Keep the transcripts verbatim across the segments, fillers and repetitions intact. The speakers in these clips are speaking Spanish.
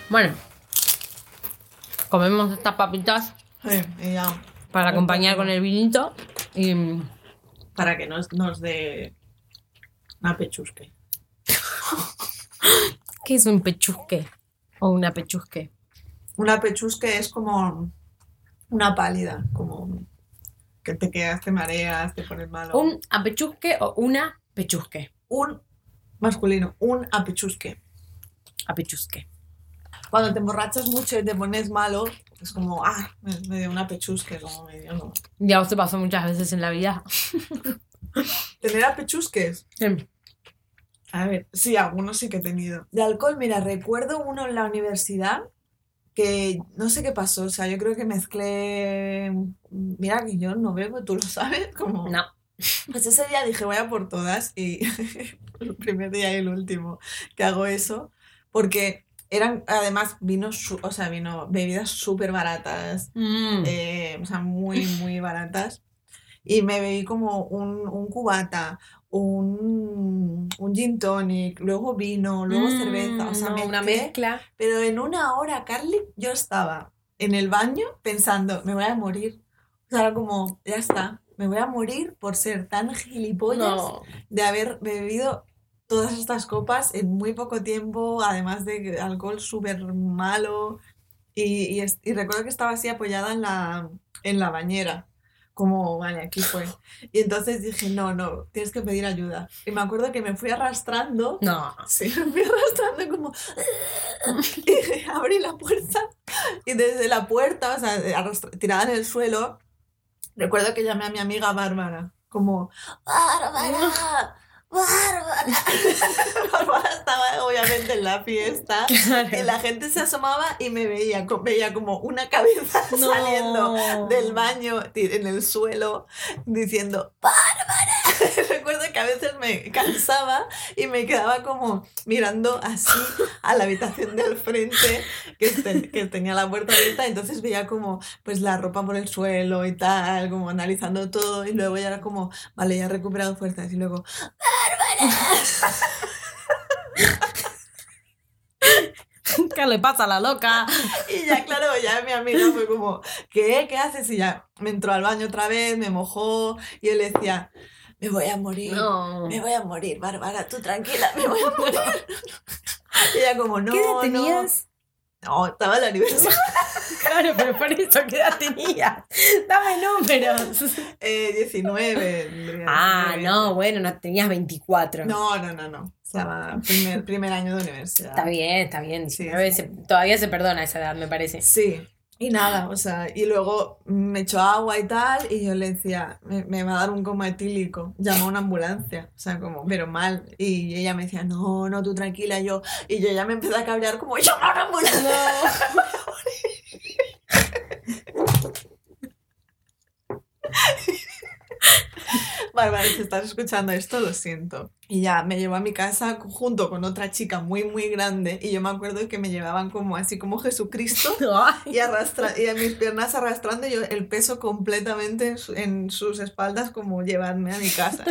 Bueno, comemos estas papitas Sí, y ya. para acompañar con el vinito y... Para que nos, nos dé una pechusque. ¿Qué es un pechusque? O una pechusque. Una pechusque es como una pálida, como que te quedas, te mareas, te pones malo. ¿Un apechusque o una pechusque? Un masculino, un apechusque. Apechusque. Cuando te emborrachas mucho y te pones malo, es como, ah, me, me dio una pechusque, como me dio, no. Ya os te pasó muchas veces en la vida. ¿Tener apechusques? Sí. A ver, sí, algunos sí que he tenido. De alcohol, mira, recuerdo uno en la universidad que no sé qué pasó, o sea, yo creo que mezclé... Mira que yo no bebo, tú lo sabes, como... No. Pues ese día dije, voy a por todas y el primer día y el último que hago eso, porque eran además vinos, su- o sea, vino, bebidas súper baratas, Mm. eh, o sea, muy, muy baratas. Y me bebí como un, un cubata, un, un gin tonic, luego vino, luego Mm, cerveza, o sea, no, una mezclé, mezcla. pero en una hora, Carly, yo estaba en el baño pensando, me voy a morir. O sea, era como, ya está, me voy a morir por ser tan gilipollas No. de haber bebido todas estas copas en muy poco tiempo, además de alcohol súper malo. Y, y, es- y recuerdo que estaba así apoyada en la, en la bañera, como, vale, aquí fue. Y entonces dije, no, no, tienes que pedir ayuda. Y me acuerdo que me fui arrastrando, No. sí, me fui arrastrando como, y abrí la puerta y desde la puerta, o sea, arrastra- tirada en el suelo, recuerdo que llamé a mi amiga Bárbara, como, ¡Bárbara! ¡Bárbara! Bárbara estaba obviamente en la fiesta y la gente se asomaba y me veía, co- veía como una cabeza No. saliendo del baño ti- en el suelo diciendo ¡Bárbara! Recuerdo que a veces me cansaba y me quedaba como mirando así a la habitación del frente que, este- que tenía la puerta abierta, entonces veía como pues la ropa por el suelo y tal, como analizando todo y luego ya era como, vale, ya he recuperado fuerzas y luego ¿Qué le pasa a la loca? y ya claro, ya mi amiga fue como, ¿qué? ¿Qué haces? Y ya me entró al baño otra vez, me mojó y él decía, me voy a morir, No. me voy a morir, Bárbara, tú tranquila, me voy a morir. Y ella como, no, ¿Qué edad no. tenías? No, estaba en la universidad. Claro, pero por eso, ¿qué edad tenías? Dame números. Eh, diecinueve. Ah, diecinueve. no, bueno, no tenías veinticuatro. No, no, no, no. Estaba primer, primer año de universidad. Está bien, está bien. Sí, diecinueve, sí. se- todavía se perdona esa edad, me parece. Sí, y nada, o sea, y luego me echó agua y tal, y yo le decía, me, me va a dar un coma etílico, llama a una ambulancia, o sea, como, pero mal, y ella me decía, no, no, tú tranquila, y yo, y yo ya me empecé a cabrear como, llama a una ambulancia. Bárbara, si estás escuchando esto, lo siento. Y ya me llevó a mi casa junto con otra chica muy, muy grande, y yo me acuerdo que me llevaban como así como Jesucristo. Ay. Y, arrastra y a mis piernas arrastrando y yo el peso completamente en, su- en sus espaldas como llevarme a mi casa.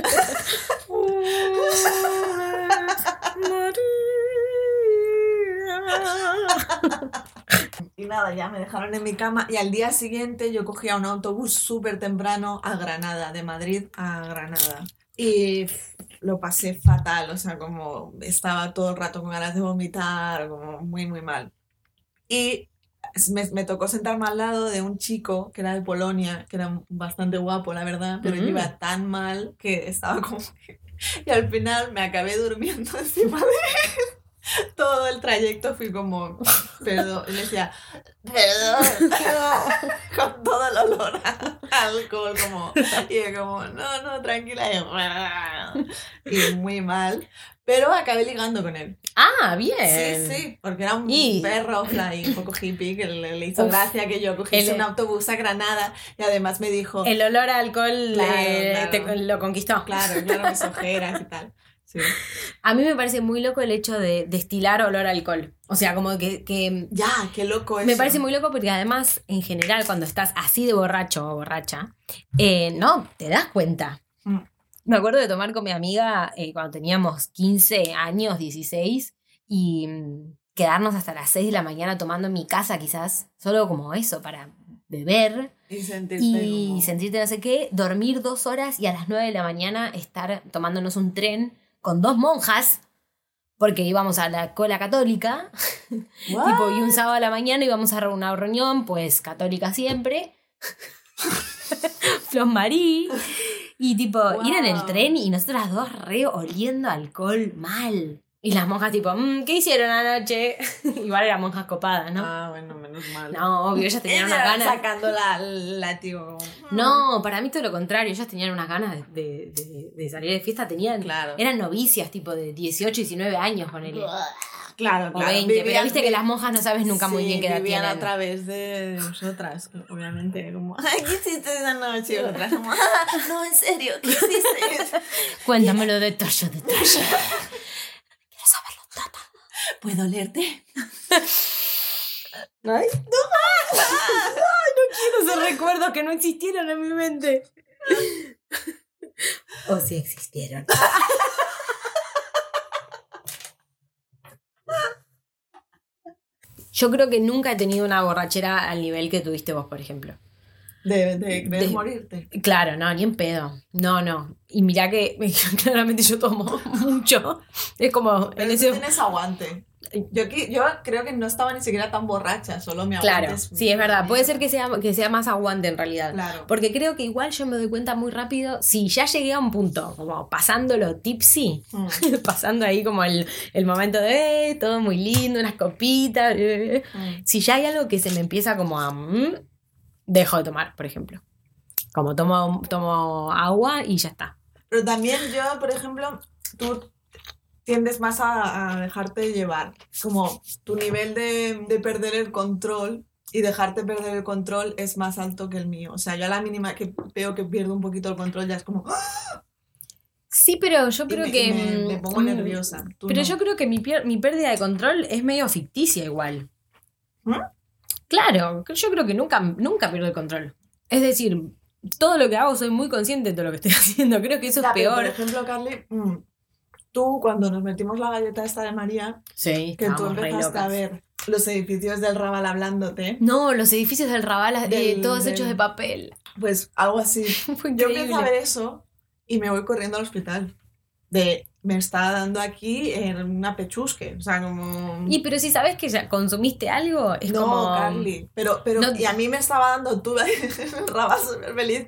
Y nada, ya me dejaron en mi cama y al día siguiente yo cogía un autobús súper temprano a Granada, de Madrid a Granada. Y pff, lo pasé fatal, o sea, como estaba todo el rato con ganas de vomitar, como muy, muy mal. Y me, me tocó sentarme al lado de un chico que era de Polonia, que era bastante guapo, la verdad, pero yo Mm. iba tan mal que estaba como que... Y al final me acabé durmiendo encima de él. Todo el trayecto fui como, perdón, y le decía, perdón, con todo el olor a alcohol, como, y yo como, no, no, tranquila, y, yo, y muy mal, pero acabé ligando con él. Ah, Sí, bien. sí, porque era un Y- perro fly, un poco hippie, que le, le hizo Uf, gracia que yo cogiese el- un autobús a Granada y además me dijo, El olor a alcohol Claro, eh, claro. te- lo conquistó. claro, claro, mis ojeras y tal. Sí. A mí me parece muy loco el hecho de destilar olor a alcohol. O sea, como que, que Ya, qué loco eso. me parece muy loco porque además, en general, cuando estás así de borracho o borracha, eh, no, te das cuenta. Mm. Me acuerdo de tomar con mi amiga eh, cuando teníamos quince años, dieciséis, y mm, quedarnos hasta las seis de la mañana tomando en mi casa quizás, solo como eso, para beber y sentirte, y como... sentirte no sé qué, dormir dos horas y a las nueve de la mañana estar tomándonos un tren con dos monjas, porque íbamos a la escuela católica, tipo, y un sábado a la mañana íbamos a una reunión, pues católica siempre, Flos Marí, y tipo, wow. Ir en el tren y nosotras dos re oliendo alcohol mal. Y las monjas tipo, mmm, ¿qué hicieron anoche? Igual eran monjas copadas, ¿no? Ah, bueno, menos mal. No, obvio, ellas tenían unas ganas... sacando la, la tío... No, para mí todo lo contrario, ellas tenían unas ganas de, de, de salir de fiesta, tenían... Claro. Eran novicias, tipo de dieciocho, diecinueve años, ponele. Claro, o claro. veinte, vivían, pero viste que las monjas no sabes nunca sí, muy bien qué edad vivían tienen. a través de nosotras, obviamente, como, ¿qué hiciste esa noche? Y otras como, no, en serio, ¿qué hiciste? Cuéntamelo de Toyo, de Toyo. Quiero saberlo todo. ¿Puedo olerte? ¿Ay? No, ay, no quiero esos recuerdos que no existieron en mi mente. O sí existieron. Yo creo que nunca he tenido una borrachera al nivel que tuviste vos, por ejemplo. De, de querer de, morirte. Claro, no, ni en pedo. No, no. Y mirá que claramente yo tomo mucho. Es como... Pero en tú ese... tienes aguante. Yo, yo creo que no estaba ni siquiera tan borracha, solo mi aguante. Claro, es... sí, es verdad. Puede ser que sea, que sea más aguante en realidad. Claro. Porque creo que igual yo me doy cuenta muy rápido, si ya llegué a un punto, como pasándolo tipsy, mm. pasando ahí como el, el momento de eh, todo muy lindo, unas copitas, eh, mm. si ya hay algo que se me empieza como a... Mm, dejo de tomar, por ejemplo. Como tomo, tomo agua y ya está. Pero también yo, por ejemplo, tú tiendes más a, a dejarte llevar. Como tu nivel de, de perder el control y dejarte perder el control es más alto que el mío. O sea, yo a la mínima que veo que pierdo un poquito el control ya es como... ¡ah! Sí, pero yo creo me, que... Me, me pongo nerviosa. Tú pero no. yo creo que mi, pier- mi pérdida de control es medio ficticia igual. ¿Mm? Claro, yo creo que nunca, nunca pierdo el control. Es decir, todo lo que hago soy muy consciente de todo lo que estoy haciendo. Creo que eso ya, es peor. Por ejemplo, Carly, mmm, tú cuando nos metimos la galleta esta de María, sí, que tú empezaste a ver los edificios del Raval hablándote. No, los edificios del Raval, del, eh, todos del, hechos de papel. Pues algo así. Yo empecé a ver eso y me voy corriendo al hospital. De... me está dando aquí en una pechusque, o sea, como... Y pero si sabes que ya consumiste algo, es no, como... No, Carly, pero, pero no... y a mí me estaba dando tú, Rabas súper feliz.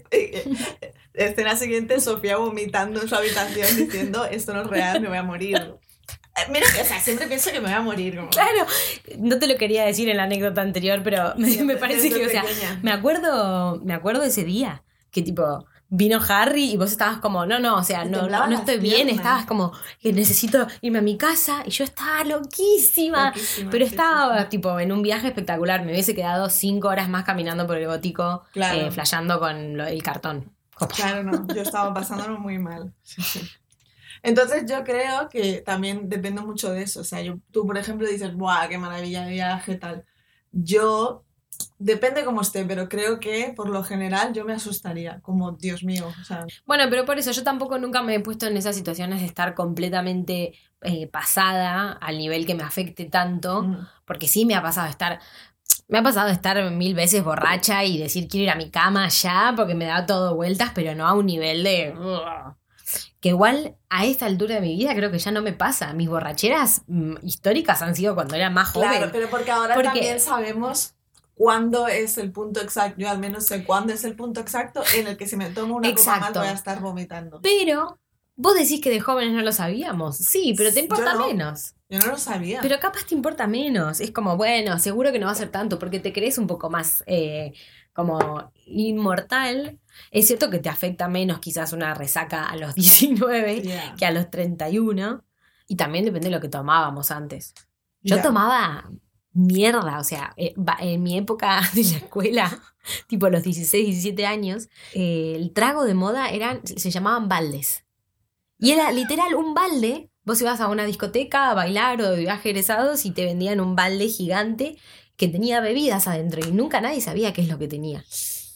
Escena siguiente, Sofía vomitando en su habitación diciendo, esto no es real, me voy a morir. Mira, o sea, siempre pienso que me voy a morir. Como... Claro, no te lo quería decir en la anécdota anterior, pero me, sí, me parece que, o sea, me acuerdo, me acuerdo de ese día, que tipo... vino Harry y vos estabas como, no, no, o sea, no, no, no estoy bien, estabas como, que necesito irme a mi casa, y yo estaba loquísima, loquísima pero sí, estaba sí, sí. tipo en un viaje espectacular, me hubiese quedado cinco horas más caminando por el gótico, claro. eh, flasheando con lo, el cartón. Claro, no, yo estaba pasándolo muy mal. Sí, sí. Entonces yo creo que también depende mucho de eso, o sea, yo, tú por ejemplo dices, ¡buah, qué maravilla de viaje, tal! Yo... depende cómo esté, pero creo que por lo general yo me asustaría, como Dios mío. O sea. Bueno, pero por eso yo tampoco nunca me he puesto en esas situaciones de estar completamente eh, pasada al nivel que me afecte tanto, mm. porque sí me ha pasado estar, me ha pasado estar mil veces borracha y decir quiero ir a mi cama ya porque me da todo vueltas, pero no a un nivel de... Uh, que igual a esta altura de mi vida creo que ya no me pasa. Mis borracheras mm, históricas han sido cuando era más joven. Claro, pero porque ahora porque... también sabemos... ¿cuándo es el punto exacto? Yo al menos sé cuándo es el punto exacto en el que si me tomo una exacto. copa más voy a estar vomitando. Pero, vos decís que de jóvenes no lo sabíamos. Sí, pero te importa yo no, menos. Yo no lo sabía. Pero capaz te importa menos. Es como, bueno, seguro que no va a ser tanto porque te crees un poco más eh, como inmortal. Es cierto que te afecta menos quizás una resaca a los diecinueve yeah. que a los treinta y uno. Y también depende de lo que tomábamos antes. Yo yeah. tomaba... mierda, o sea, eh, en mi época de la escuela, tipo los dieciséis, diecisiete años, eh, el trago de moda eran, se llamaban baldes. Y era literal un balde, vos ibas a una discoteca a bailar o de viaje egresados y te vendían un balde gigante que tenía bebidas adentro y nunca nadie sabía qué es lo que tenía.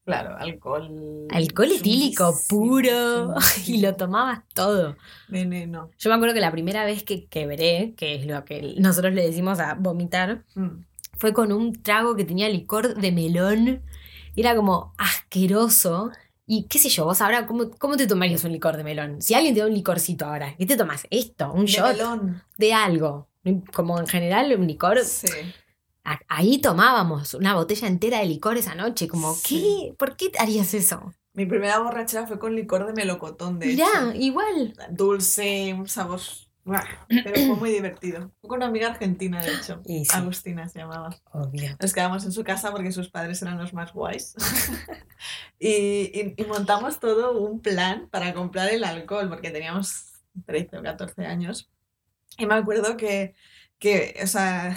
Claro, alcohol. Alcohol etílico chunguísimo, puro. Y chunguísimo. lo tomabas todo. Veneno. Yo me acuerdo que la primera vez que quebré, que es lo que nosotros le decimos a vomitar, Mm. fue con un trago que tenía licor de melón. Y era como asqueroso. Y qué sé yo, vos ahora, ¿cómo, cómo te tomarías un licor de melón? Si alguien te da un licorcito ahora, ¿qué te tomas? ¿Esto? ¿Un De shot? melón. De algo. Como en general un licor. Sí. A- ahí tomábamos una botella entera de licor esa noche. Como, Sí. ¿qué? ¿Por qué harías eso? Mi primera borrachera fue con licor de melocotón, de Mirá, hecho. igual. Dulce, un sabor. ¡Buah! Pero fue muy divertido. Fue con una amiga argentina, de hecho. Y sí, Agustina se llamaba. obvio. Nos quedamos en su casa porque sus padres eran los más guays. y, y, y montamos todo un plan para comprar el alcohol, porque teníamos trece o catorce años. Y me acuerdo que, que o sea,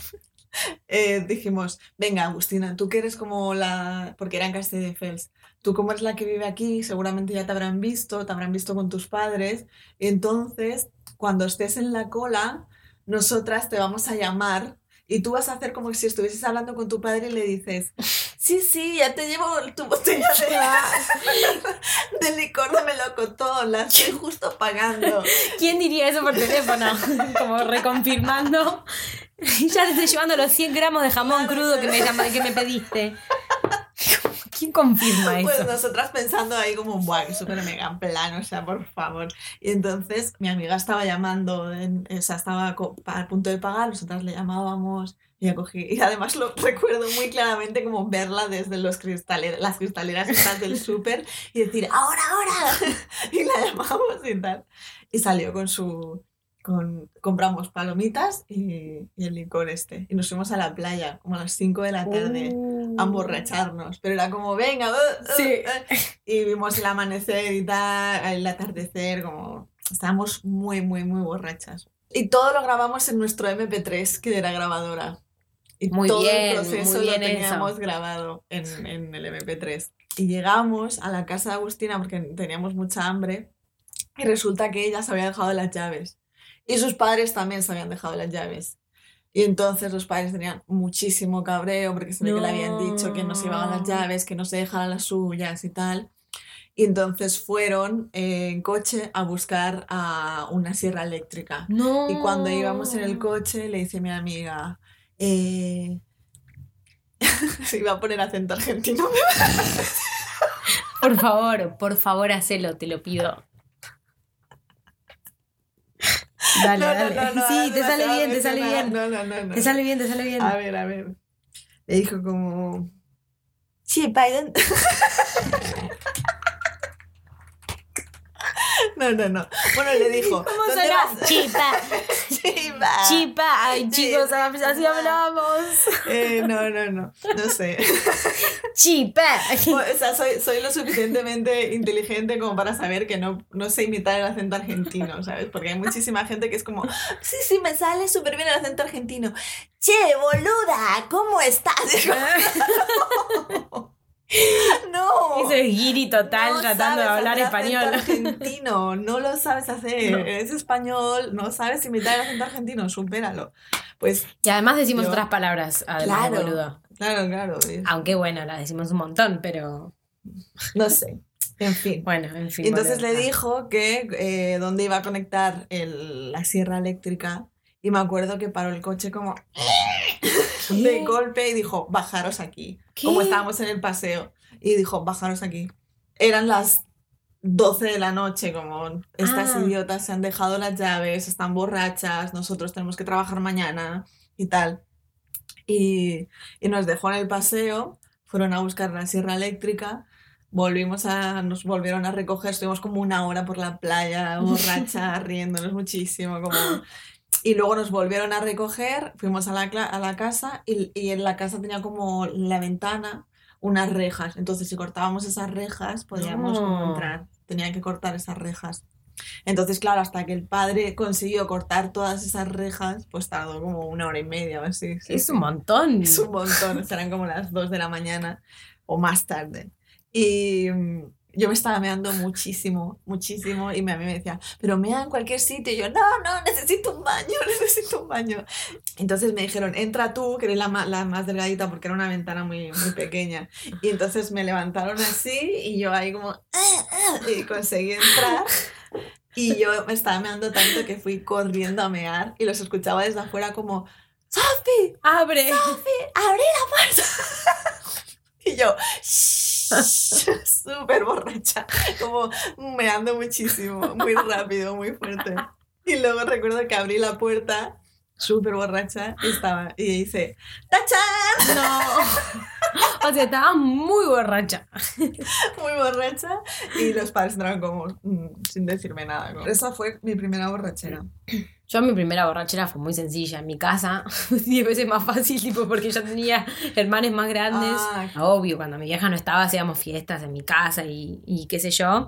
eh, dijimos, venga, Agustina, tú que eres como la... Porque era en Castelldefels. Tú como eres la que vive aquí, seguramente ya te habrán visto, te habrán visto con tus padres. Entonces, cuando estés en la cola, nosotras te vamos a llamar y tú vas a hacer como si estuvieses hablando con tu padre y le dices, sí, sí, ya te llevo tu botella de, de licor de melocotón, la estoy justo pagando. ¿Quién diría eso por teléfono? Como reconfirmando. Ya te estoy llevando los cien gramos de jamón crudo que me, llama- que me pediste. ¿Quién confirma eso? Pues nosotras pensando ahí como, buah, que súper mega en plan, o sea, por favor. Y entonces mi amiga estaba llamando, en- o sea, estaba co- a punto de pagar, nosotras le llamábamos y ella cogí. Y además lo recuerdo muy claramente como verla desde los cristale- las cristaleras estas del súper y decir, ¡ahora, ahora! Y la llamamos y tal. Y salió con su... Con, compramos palomitas y, y el licor este. Y nos fuimos a la playa, como a las cinco de la tarde. A emborracharnos, pero era como, venga, uh, uh, Sí. uh, y vimos el amanecer y tal, el atardecer, como, estábamos muy, muy, muy borrachas. Y todo lo grabamos en nuestro eme pe tres, que era grabadora. Y Muy todo bien, el proceso muy bien lo teníamos eso. grabado en, en el eme pe tres. Y llegamos a la casa de Agustina porque teníamos mucha hambre y resulta que ella se había dejado las llaves. Y sus padres también se habían dejado las llaves. Y entonces los padres tenían muchísimo cabreo porque se ve que le habían dicho que no se llevaban las No. llaves, que no se dejaran las suyas y tal. Y entonces fueron eh, en coche a buscar a una sierra eléctrica. No. Y cuando íbamos en el coche le dice a mi amiga, eh... se iba a poner acento argentino. Por favor, por favor, hacelo, te lo pido. Dale, No, no, dale. no, no, Sí, ahora te sale demasiado bien, te sale emocionada. bien. No, no, no, no. Te sale bien, te sale bien. A ver, a ver. Le dijo como... Sí, Biden. No, no, no. Bueno, le dijo... ¿Cómo ¿dónde suena? vas? Chipa. Chipa. Chipa. Ay, chicos, Chipa. así hablamos. Eh, no, no, no. No sé. Chipa. O sea, soy, soy lo suficientemente inteligente como para saber que no, no sé imitar el acento argentino, ¿sabes? Porque hay muchísima gente que es como, sí, sí, me sale súper bien el acento argentino. Che, boluda, ¿cómo estás? No. Eso es guiri total No tratando de sabes hablar hacer español. acento argentino, no lo sabes hacer. No. Eres español, no sabes imitar el acento argentino, supéralo. Pues Y además decimos Yo- otras palabras, además de claro, boludo. claro, claro. Aunque bueno, las decimos un montón, pero No sé. En fin. bueno, en fin. Y entonces boludo. le dijo que eh, dónde iba a conectar el- la sierra eléctrica. Y me acuerdo que paró el coche como de golpe y dijo, bajaros aquí. ¿Qué? Como estábamos en el paseo. Y dijo, bajaros aquí. Eran las doce de la noche, como estas Ah. idiotas se han dejado las llaves, están borrachas, nosotros tenemos que trabajar mañana y tal. Y, y nos dejó en el paseo, fueron a buscar la sierra eléctrica, volvimos a, nos volvieron a recoger, estuvimos como una hora por la playa, borracha, riéndonos muchísimo, como... Y luego nos volvieron a recoger, fuimos a la, cla- a la casa y, y en la casa tenía como la ventana unas rejas. Entonces, si cortábamos esas rejas, podíamos como No. entrar. Tenía que cortar esas rejas. Entonces, claro, hasta que el padre consiguió cortar todas esas rejas, pues tardó como una hora y media o así. Sí, Es sí. un montón. Es un montón, serán como las dos de la mañana o más tarde. Y, yo me estaba meando muchísimo, muchísimo, y mi amiga me decía, pero mea en cualquier sitio, y yo, no, no, necesito un baño, necesito un baño. Entonces me dijeron, entra tú, que eres la más, la más delgadita, porque era una ventana muy, muy pequeña, y entonces me levantaron así, y yo ahí como, ah, ah, y conseguí entrar, y yo me estaba meando tanto que fui corriendo a mear, y los escuchaba desde afuera como, ¡Sofi! ¡Abre! ¡Sofi! ¡Abrí la puerta! Y yo, súper borracha, como meando muchísimo, muy rápido, muy fuerte. Y luego recuerdo que abrí la puerta, súper borracha, y estaba, y hice, ¡tachán! No. O sea, estaba muy borracha. Muy borracha, y los padres entraron como, mm, sin decirme nada. Como. Esa fue mi primera borrachera. Yo mi primera borrachera fue muy sencilla. En mi casa, diez veces más fácil, tipo, porque ya tenía hermanos más grandes. Ah. Obvio, cuando mi vieja no estaba, hacíamos fiestas en mi casa y, y qué sé yo.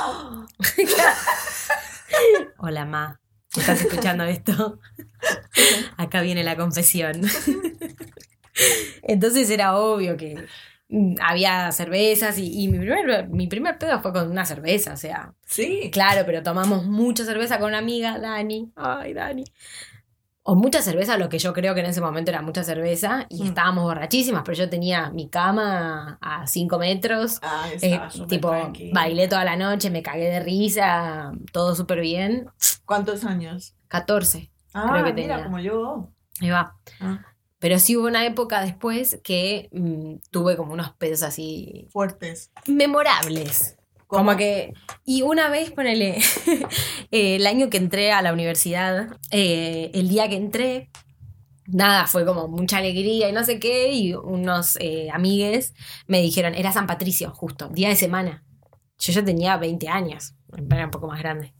Hola, ma. ¿Estás escuchando esto? Acá viene la confesión. Entonces era obvio que había cervezas y, y mi, primer, mi primer pedo fue con una cerveza, o sea. Sí. Claro, pero tomamos mucha cerveza con una amiga, Dani. Ay, Dani. O mucha cerveza, lo que yo creo que en ese momento era mucha cerveza, y mm. estábamos borrachísimas, pero yo tenía mi cama a cinco metros. Ah, eh, tipo, tranquilo. Bailé toda la noche, me cagué de risa, todo súper bien. ¿Cuántos años? catorce. Ah, creo que mira, tenía. como yo. Ahí va. Ah. Pero sí hubo una época después que mmm, tuve como unos pedos así... fuertes. Memorables. ¿Cómo? Como que... Y una vez, ponele, eh, el año que entré a la universidad, eh, el día que entré, nada, fue como mucha alegría y no sé qué, y unos eh, amigues me dijeron, era San Patricio, justo, día de semana. Yo ya tenía veinte años, era un poco más grande.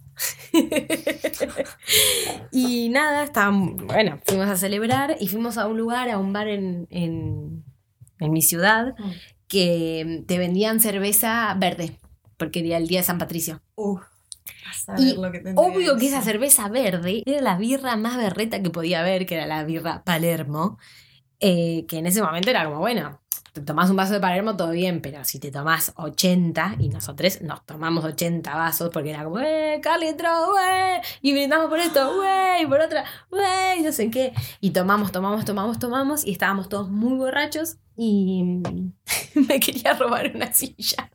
Y nada, estaban, bueno, fuimos a celebrar y fuimos a un lugar, a un bar en, en, en mi ciudad, mm. que te vendían cerveza verde, porque era el día de San Patricio. Uf, y lo que obvio que esa cerveza verde era la birra más berreta que podía haber, que era la birra Palermo, eh, que en ese momento era como, bueno, te tomás un vaso de Palermo, todo bien, pero si te tomás ochenta, y nosotros nos tomamos ochenta vasos, porque era como, ¡eh, Carly entró, güey! Y brindamos por esto, güey, y por otra, güey, no sé qué. Y tomamos, tomamos, tomamos, tomamos, y estábamos todos muy borrachos, y me quería robar una silla.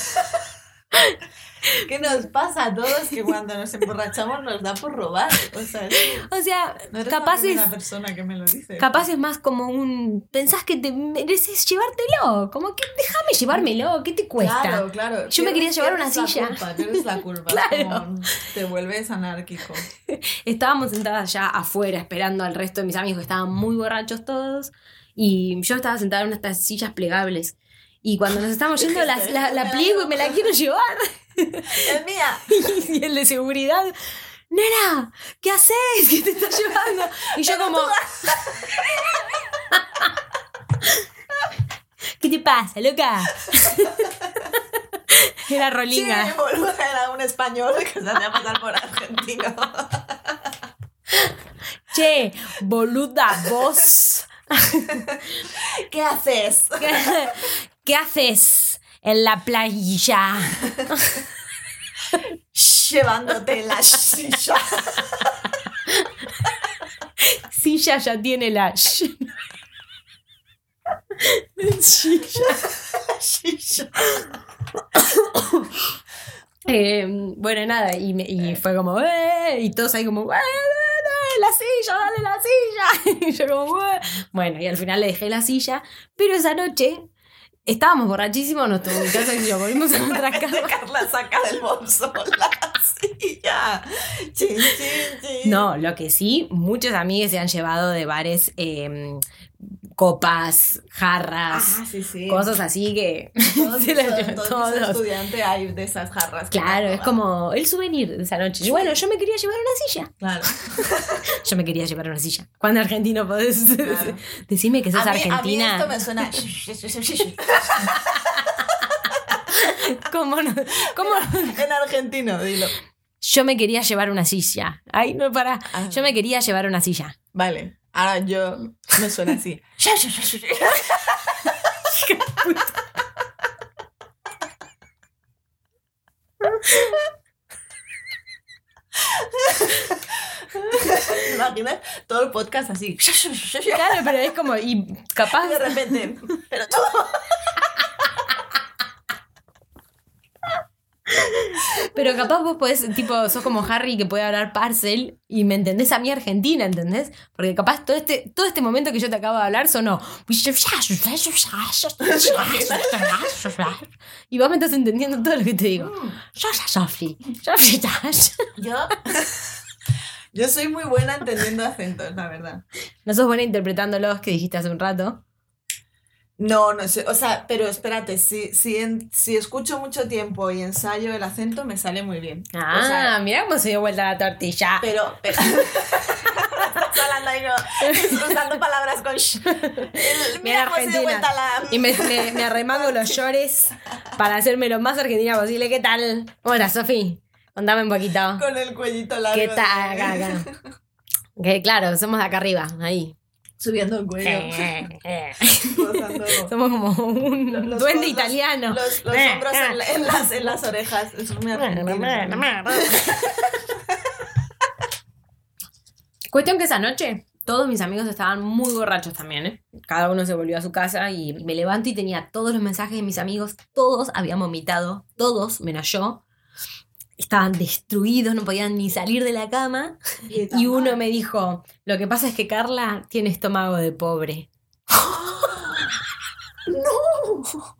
¿Qué nos pasa a todos que cuando nos emborrachamos nos da por robar? O sea, o sea no eres capaz la primera es, persona que me lo dice. Capaz es más como un... Pensás que te mereces llevártelo. Como que déjame llevármelo. ¿Qué te cuesta? Claro, claro. Yo me quería llevar una silla. Culpa, tienes la culpa. Claro. Como te vuelves anárquico. Estábamos sentadas ya afuera esperando al resto de mis amigos que estaban muy borrachos todos. Y yo estaba sentada en estas sillas plegables. Y cuando nos estamos yendo la, la, la pliego y me la quiero llevar. Es mía. Y el de seguridad, nena, ¿qué haces? ¿Qué te estás llevando? Y yo como... ¿Qué te pasa, loca? Era Rolinga. Sí, boluda, era un español que se hacía pasar por argentino. Che, boluda, vos... ¿Qué haces? ¿Qué, ¿Qué haces en la playa? Llevándote la silla. Silla ya tiene la... Silla. Silla. eh, bueno, nada, y, me, y fue como... ¡Eh! Y todos ahí como... ¡Eh! La silla, dale la silla. Y yo como, bueno. bueno, y al final le dejé la silla, pero esa noche estábamos borrachísimos, nos tomamos en casa y yo volvimos a nuestra casa. Carla saca del bolso la silla. Chin, chin, chin. No, lo que sí, muchos amigos se han llevado de bares eh, copas, jarras, ah, sí, sí. cosas así que todos, se las llevan todos. Todos los estudiantes hay de esas jarras. Claro, es como el souvenir de esa noche. Y bueno, yo me quería llevar una silla. Claro. Yo me quería llevar una silla. ¿Cuándo argentino podés claro. decirme que sos a mí, argentina? A mí esto me suena... ¿Cómo no? ¿Cómo? En argentino, dilo. Yo me quería llevar una silla. Ay, no, para. Ah. Yo me quería llevar una silla. Vale. Ahora yo me suena así. imaginas todo el podcast así. Claro, pero es como, y capaz... De repente, pero todo... Pero capaz vos podés, tipo, sos como Harry que puede hablar parcel y me entendés a mí Argentina, ¿entendés? Porque capaz todo este, todo este momento que yo te acabo de hablar sonó... Y vos me estás entendiendo todo lo que te digo. Yo... Yo soy muy buena entendiendo acentos, la verdad. No sos buena interpretándolos, que dijiste hace un rato. No, no sé, o sea, pero espérate, si, si, en, si escucho mucho tiempo y ensayo el acento, me sale muy bien. Ah, o sea, mira cómo se dio vuelta la tortilla. Pero, pero... Estás hablando ahí, no, usando palabras con sh. El, mira cómo se dio vuelta la... Y me, me, me arremango los llores para hacerme lo más argentina posible. ¿Qué tal? ¿Cómo estás, Sofi? Contame un poquito. Con el cuellito largo. ¿Qué tal? Acá, acá. Que claro, somos de acá arriba, ahí. Subiendo el cuello. Somos como un los, los duende codos, italiano. Los, los hombros en, en, las, en las orejas. Eso es muy argentino. Cuestión que esa noche todos mis amigos estaban muy borrachos también, ¿eh? Cada uno se volvió a su casa y me levanto y tenía todos los mensajes de mis amigos. Todos habían vomitado. Todos, menos yo. Estaban destruidos, no podían ni salir de la cama. Y uno me dijo, lo que pasa es que Carla tiene estómago de pobre. ¡No!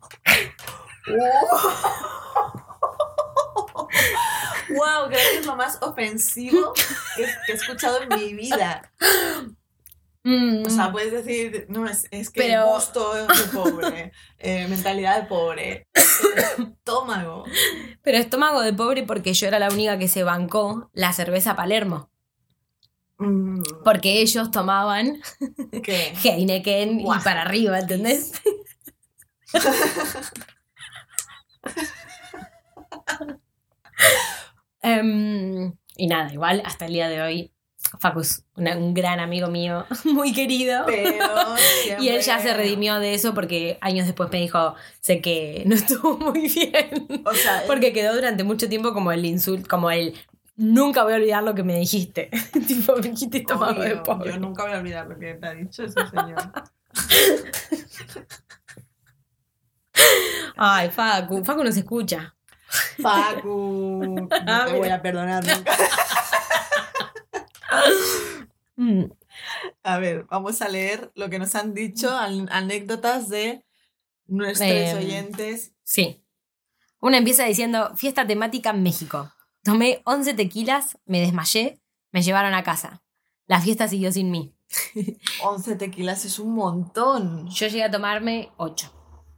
¡Wow! Creo que es lo más ofensivo que, que he escuchado en mi vida. Mm. O sea, puedes decir, no, es, es que pero... gusto de pobre, eh, mentalidad de pobre, estómago. Pero estómago de pobre porque yo era la única que se bancó la cerveza Palermo. Mm. Porque ellos tomaban ¿qué? Heineken wow. Y para arriba, ¿entendés? um, y nada, igual hasta el día de hoy Facus, una, un gran amigo mío, muy querido. Pero y él ya se redimió de eso porque años después me dijo, sé que no estuvo muy bien. O sea, porque quedó durante mucho tiempo como el insulto, como el nunca voy a olvidar lo que me dijiste. Tipo, me dijiste estómago de pobre. Yo nunca voy a olvidar lo que te ha dicho ese señor. Ay, Facu, Facu nos escucha. Facu, no te voy a perdonar nunca. A ver, vamos a leer lo que nos han dicho, anécdotas de nuestros eh, oyentes. Sí. Una empieza diciendo, fiesta temática en México. Tomé once tequilas, me desmayé, me llevaron a casa. La fiesta siguió sin mí. once tequilas es un montón. Yo llegué a tomarme ocho.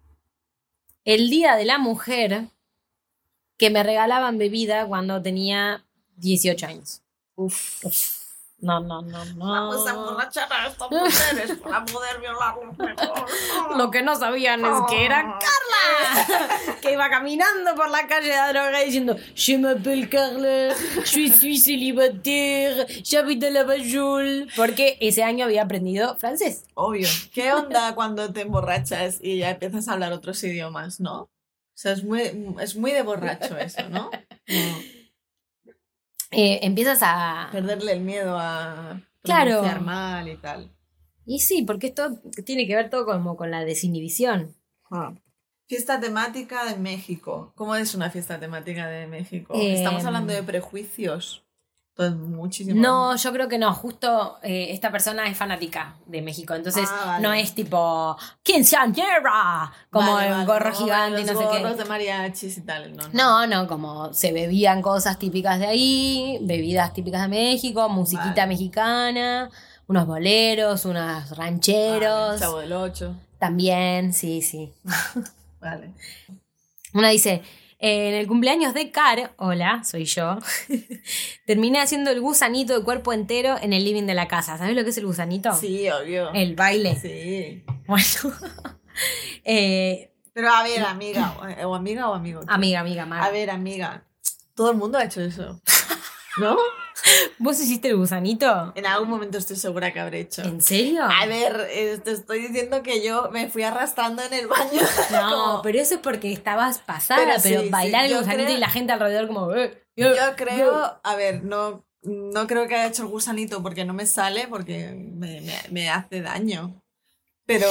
El día de la mujer, que me regalaban bebida cuando tenía dieciocho años. Uf. Uf. No, no, no, no. Vamos a emborrachar a estas mujeres para poder violarlos mejor. Lo que no sabían es que era Carla, que iba caminando por la calle de la droga diciendo Je m'appelle Carla, je suis célibataire, j'habite la Bajul. Porque ese año había aprendido francés. Obvio. ¿Qué onda cuando te emborrachas y ya empiezas a hablar otros idiomas, no? O sea, es muy, es muy de borracho eso, ¿no? No. Eh, empiezas a... perderle el miedo a claro. pronunciar mal y tal. Y sí, porque esto tiene que ver todo como con la desinhibición. Ah. Fiesta temática de México. ¿Cómo es una fiesta temática de México? Eh... Estamos hablando de prejuicios. Entonces, muchísimo. No, yo creo que no. Justo eh, esta persona es fanática de México. Entonces, ah, vale. No es tipo quinceañera, como vale, el vale, gorro no, gigante y no sé qué. Gorros de mariachis y tal. No, no, no, no, como se bebían cosas típicas de ahí, bebidas típicas de México, musiquita vale. Mexicana, unos boleros, unos rancheros. Vale, Chavo del Ocho. También, sí, sí. Vale. Una dice... En el cumpleaños de Car, hola, soy yo, terminé haciendo el gusanito de cuerpo entero en el living de la casa. ¿Sabes lo que es el gusanito? Sí, obvio. El baile. Sí. Bueno. eh, Pero a ver, amiga, o amiga o amigo. ¿Tú? Amiga, amiga, madre. A ver, amiga, todo el mundo ha hecho eso, ¿no? ¿Vos hiciste el gusanito? En algún momento estoy segura que habré hecho. ¿En serio? A ver, eh, te estoy diciendo que yo me fui arrastrando en el baño. No, como... pero eso es porque estabas pasada, pero, pero sí, bailar sí, el gusanito creo... y la gente alrededor como... Eh, yo, yo creo, yo... a ver, no, no creo que haya hecho el gusanito porque no me sale, porque me, me, me hace daño. Pero,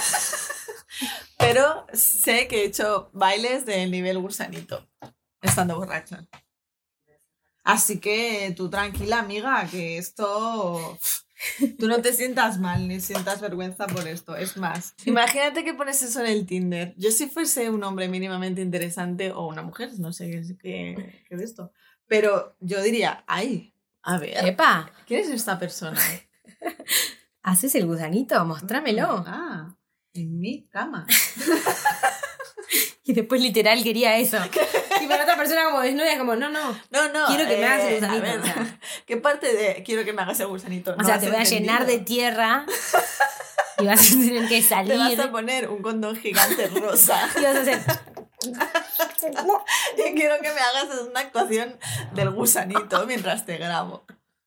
pero sé que he hecho bailes del nivel gusanito, estando borracha. Así que tú tranquila, amiga, que esto... Tú no te sientas mal ni sientas vergüenza por esto. Es más, imagínate que pones eso en el Tinder. Yo si fuese un hombre mínimamente interesante o una mujer, no sé qué, qué, qué de esto, pero yo diría, ay, a ver, ¡Epa! ¿quién es esta persona? ¿Haces el gusanito? Mostrámelo. Ah, en mi cama. Y después literal quería eso. Y para otra persona como desnuda es como, no, no. No, no. Quiero que eh, me hagas el gusanito. A ver, o sea, ¿qué parte de quiero que me hagas el gusanito? o No sea has te voy a entendido. llenar de tierra y vas a tener que salir. Te vas a poner un condón gigante rosa. Y vas a hacer... Yo quiero que me hagas una actuación del gusanito mientras te grabo.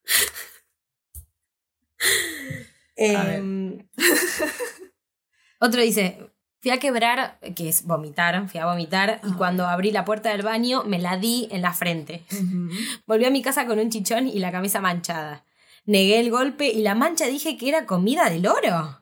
Eh, otro dice, fui a quebrar, que es vomitar, fui a vomitar y cuando abrí la puerta del baño me la di en la frente. Uh-huh. Volví a mi casa con un chichón y la camisa manchada. Negué el golpe y la mancha dije que era comida del loro.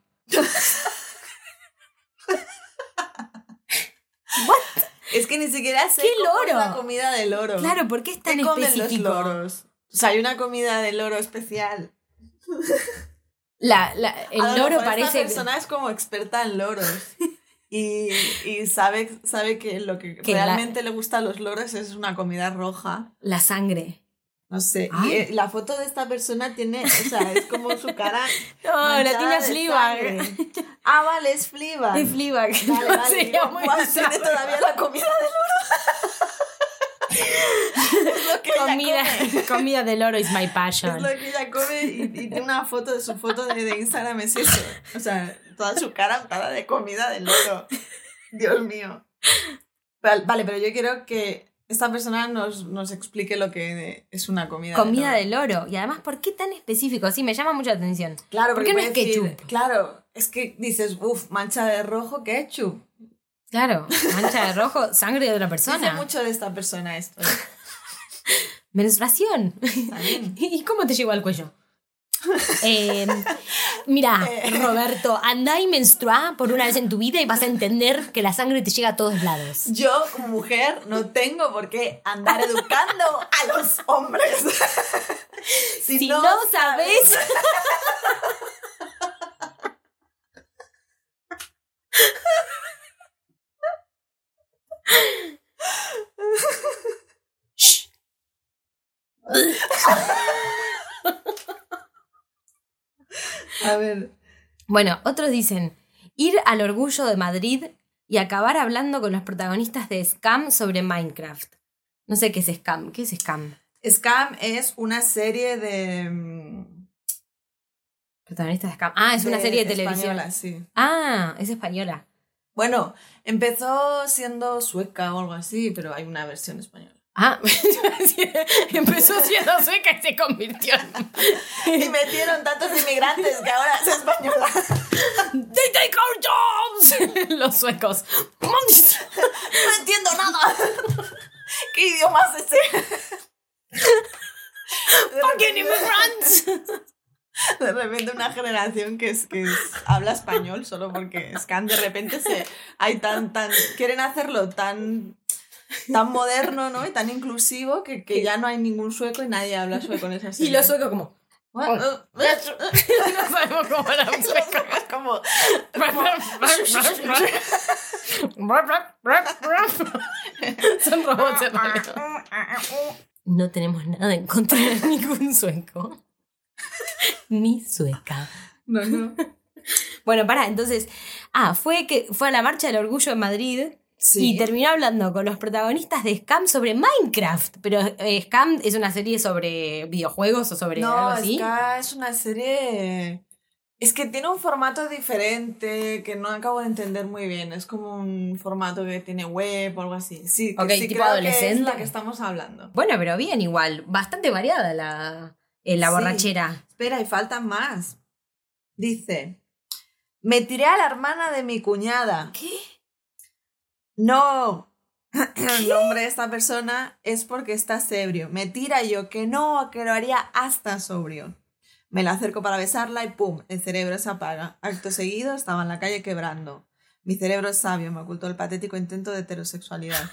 ¿What? Es que ni siquiera sé ¿Qué cómo loro? es la comida del loro. Claro, ¿por qué es tan ¿Qué comen específico? los loros? O sea, hay una comida del loro especial. La, la, el A lo loro mejor parece... Esta persona es como experta en loros. Y, y sabe, sabe que lo que, Que realmente la... le gusta a los loros es una comida roja. La sangre. No sé. Ay. Y eh, la foto de esta persona tiene, o sea, es como su cara. No, la tiene de Fleabag. sangre. Ah, vale, es Fleabag. Es Fleabag. Vale, No, vale. sería Digo, muy ¿cuál bizarro. tiene todavía la comida del loro? Es lo que Comida, ella come. comida del loro is my passion. Es lo que ella come y, y tiene una foto de su foto de, de Instagram, es eso. O sea, toda su cara untada de comida del loro. Dios mío. Vale, vale, pero yo quiero que esta persona nos, nos explique lo que es una comida Comida del del loro. Y además, ¿por qué tan específico? Sí, me llama mucho la atención. Claro, ¿Por porque qué no es puede decir, ketchup? Claro, es que dices, uff, mancha de rojo, ketchup. Claro, mancha de rojo, sangre de otra Dice persona. mucho de esta persona esto. Menstruación. También. ¿Y cómo te llegó al cuello? Eh, mira, Eh. Roberto, andá y menstrua por una vez en tu vida y vas a entender que la sangre te llega a todos lados. Yo, como mujer, no tengo por qué andar educando a los hombres. Si, si no, no sabes... sabes... A ver. Bueno, otros dicen, ir al Orgullo de Madrid y acabar hablando con los protagonistas de Scam sobre Minecraft. No sé qué es Scam. ¿Qué es Scam? Scam es una serie de... Protagonistas de Scam. Ah, es de una serie de televisión. Española, sí. Ah, es española. Bueno, empezó siendo sueca o algo así, pero hay una versión española. Ah, empezó siendo sueca y se convirtió en... Y metieron tantos inmigrantes que ahora es española. They take our jobs. Los suecos. No entiendo nada. ¿Qué idioma es ese? Fucking immigrants. De repente una generación que, es, que es, habla español solo porque Scam de repente se hay tan tan quieren hacerlo tan tan moderno, ¿no? Y tan inclusivo que, que ya no hay ningún sueco y nadie habla sueco en esa serie. Y los suecos como... Oh. no sabemos cómo eran suecos. Es como... Son robots en realidad. No tenemos nada en contra de ningún sueco. Ni sueca. No, no. Bueno, pará, entonces... Ah, fue, que, fue a la Marcha del Orgullo en Madrid... Sí. Y terminó hablando con los protagonistas de Scam sobre Minecraft. Pero eh, Scam es una serie sobre videojuegos o sobre no, algo así. No, Scam es una serie... Es que tiene un formato diferente que no acabo de entender muy bien. Es como un formato que tiene web o algo así. Sí, que okay, sí tipo creo adolescente. Que es la que estamos hablando. Bueno, pero bien igual. Bastante variada la, eh, la sí. borrachera. Espera, y faltan más. Dice... Me tiré a la hermana de mi cuñada. ¿Qué? No, el nombre de esta persona es porque estás ebrio. Me tira yo que no, que lo haría hasta sobrio. Me la acerco para besarla y ¡pum! El cerebro se apaga. Acto seguido estaba en la calle quebrando. Mi cerebro es sabio, me ocultó el patético intento de heterosexualidad.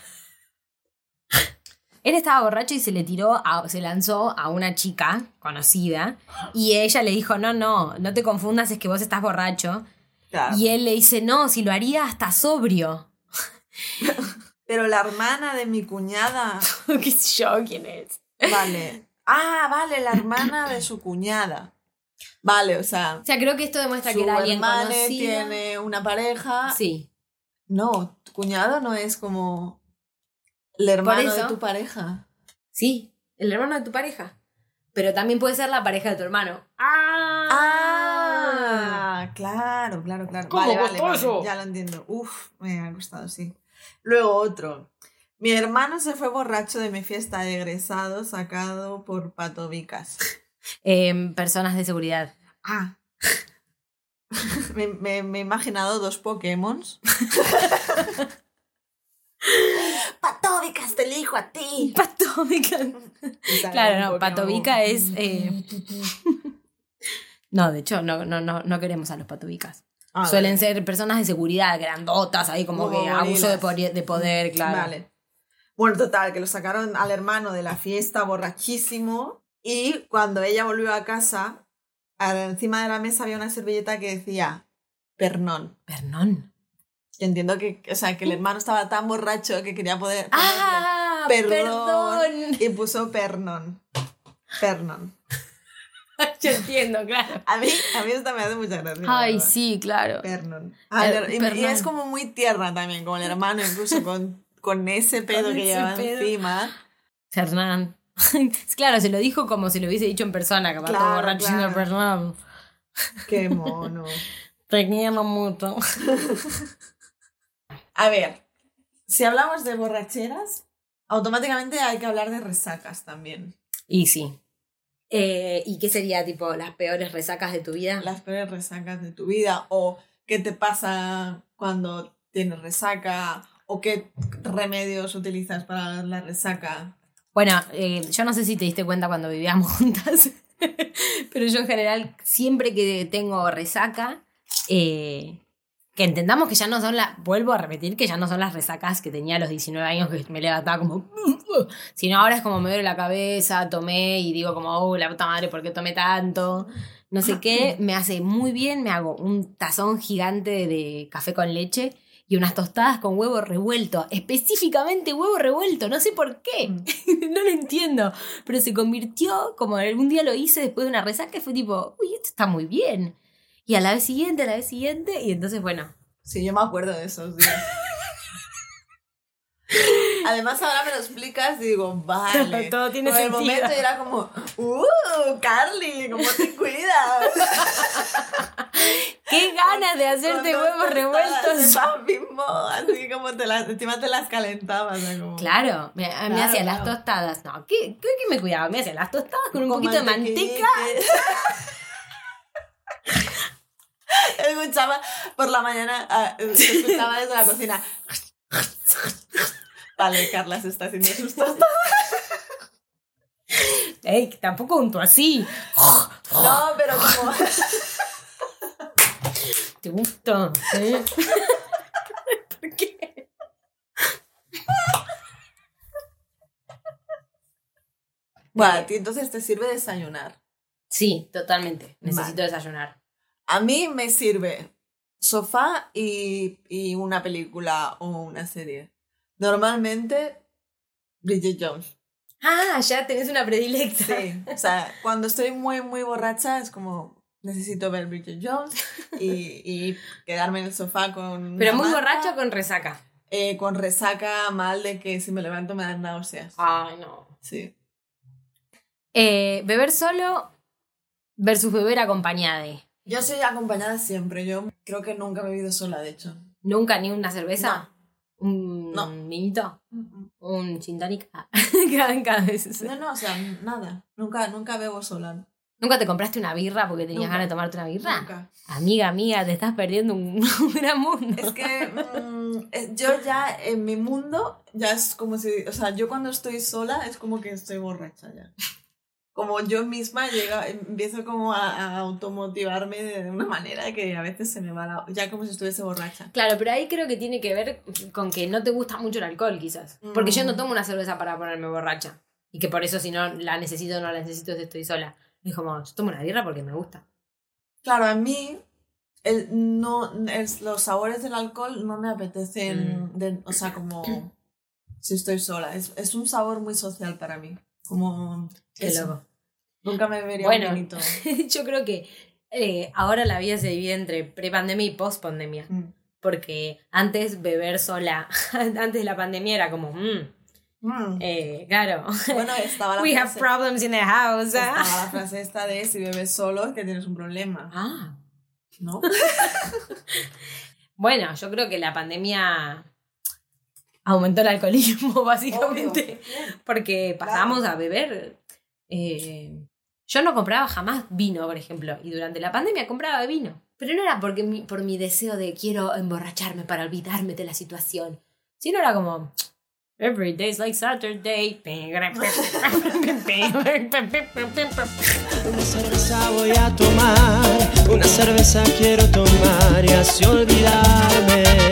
Él estaba borracho y se le tiró, a, se lanzó a una chica conocida y ella le dijo, no, no, no te confundas, es que vos estás borracho. Claro. Y él le dice, no, si lo haría hasta sobrio. Pero la hermana de mi cuñada... ¿Qué sé yo quién es? Vale. Ah, vale, la hermana de su cuñada. Vale, o sea... O sea, creo que esto demuestra su que era alguien hermana conocido. Tiene una pareja... Sí. No, tu cuñado no es como el hermano de tu pareja. Sí, el hermano de tu pareja. Pero también puede ser la pareja de tu hermano. ¡Ah! ¡Ah! Claro, claro, claro. ¿Cómo vale, costó vale, eso? Vale, ya lo entiendo. Uf, me ha gustado, sí. Luego otro. Mi hermano se fue borracho de mi fiesta de egresado sacado por patobicas. Eh, personas de seguridad. Ah. me, me, me he imaginado dos Pokémons. Patóbicas, te elijo a ti. Patóbica. Claro, no, Patobica es... Eh... no, de hecho, no, no, no, no queremos a los patobicas. Ah, Suelen vale. ser personas de seguridad, grandotas, ahí como, como que gorilas. Abuso de, poder, de poder, claro. Vale. Bueno, total, que lo sacaron al hermano de la fiesta borrachísimo y cuando ella volvió a casa, encima de la mesa había una servilleta que decía Pernón. ¿Pernón? Yo entiendo que, o sea, que el hermano estaba tan borracho que quería poder ¡Ah! Perdón, Perdón. Y puso Pernón. Pernón. Yo entiendo, claro. A mí, a mí esto me hace mucha gracia. Ay, ¿verdad? Sí, claro. Pernón. Ah, el, y, y es como muy tierna también, como el hermano, incluso con, con ese pedo con que ese lleva pedo. Encima. Fernán. Claro, se lo dijo como si lo hubiese dicho en persona, capaz claro, todo borracho claro. Fernán. Qué mono. Te quiero mucho. A ver, si hablamos de borracheras, automáticamente hay que hablar de resacas también. Y sí. Eh, ¿Y qué sería, tipo, las peores resacas de tu vida? Las peores resacas de tu vida, o qué te pasa cuando tienes resaca, o qué remedios utilizas para la resaca. Bueno, eh, yo no sé si te diste cuenta cuando vivíamos juntas, pero yo en general, siempre que tengo resaca, eh, que entendamos que ya no son las, vuelvo a repetir, que ya no son las resacas que tenía a los diecinueve años, que me levantaba como, sino ahora es como me duele la cabeza, tomé y digo como, oh, la puta madre, ¿por qué tomé tanto? No sé qué, me hace muy bien, me hago un tazón gigante de café con leche y unas tostadas con huevo revuelto, específicamente huevo revuelto, no sé por qué, no lo entiendo, pero se convirtió, como algún día lo hice después de una resaca y fue tipo, uy, esto está muy bien. Y a la vez siguiente, a la vez siguiente, y entonces, bueno. Sí, yo me acuerdo de esos días. Además, ahora me lo explicas y digo, vale. Todo tiene Por sentido. el momento era como, ¡uh, Carly! ¿Cómo te cuidas? ¡Qué ganas de hacerte huevos revueltos! Mismo, así como te las, encima te las calentabas. Como... Claro, me, claro, me hacía claro. las tostadas. No, ¿qué, qué, qué me cuidaba? Me hacía las tostadas con un con poquito de manteca. Escuchaba por la mañana, uh, se escuchaba desde la cocina. Vale, Carla se está haciendo sus tostadas. Ey, tampoco unto así. No, pero como... ¿Te gusta? ¿Eh? ¿Por qué? Bueno, a ti entonces te sirve desayunar. Sí, totalmente. Necesito vale. desayunar. A mí me sirve sofá y, y una película o una serie. Normalmente, Bridget Jones. Ah, ya tenés una predilecta. Sí, o sea, cuando estoy muy, muy borracha es como, necesito ver Bridget Jones y, y quedarme en el sofá con... ¿Pero muy borracha o con resaca? Eh, con resaca mal de que si me levanto me dan náuseas. Ay, no. Sí. Eh, beber solo versus beber acompañada. Yo soy acompañada siempre. Yo creo que nunca he bebido sola, de hecho. ¿Nunca? ¿Ni una cerveza? No. ¿Un no. vinito? Uh-uh. ¿Un gin tonic? cada, cada vez. No, no, o sea, nada. Nunca, nunca bebo sola. ¿Nunca te compraste una birra porque tenías Nunca. ganas de tomarte una birra? Nunca. Amiga, amiga, te estás perdiendo un, un gran mundo. Es que mm, eh, yo ya en mi mundo ya es como si, o sea, yo cuando estoy sola es como que estoy borracha ya. Como yo misma llega, empiezo como a, a automotivarme de una manera que a veces se me va la, ya como si estuviese borracha. Claro, pero ahí creo que tiene que ver con que no te gusta mucho el alcohol, quizás. Porque yo no tomo una cerveza para ponerme borracha. Y que por eso si no la necesito o no la necesito si estoy sola. Es como, yo tomo una birra porque me gusta. Claro, a mí el, no, es, los sabores del alcohol no me apetecen, Mm. de, o sea, como si estoy sola. Es, es un sabor muy social para mí. Como Qué eso. loco. Nunca me bebería Bueno. un vinito. Yo creo que eh, ahora la vida se divide entre pre-pandemia y post-pandemia. Mm. Porque antes beber sola, antes de la pandemia era como, mm, Mm. eh, claro. Bueno, estaba la We have frase, problems in the house. estaba ah. la frase esta de si bebes solo es que tienes un problema, Ah. ¿no? Bueno, yo creo que la pandemia aumentó el alcoholismo, básicamente. Obvio. Porque pasamos a beber. eh, yo no compraba jamás vino, por ejemplo. Y durante la pandemia compraba vino. Pero no era porque mi, por mi deseo de quiero emborracharme para olvidarme de la situación. Sino era como... Every day's like Saturday. Una cerveza voy a tomar, una cerveza quiero tomar y así olvidarme.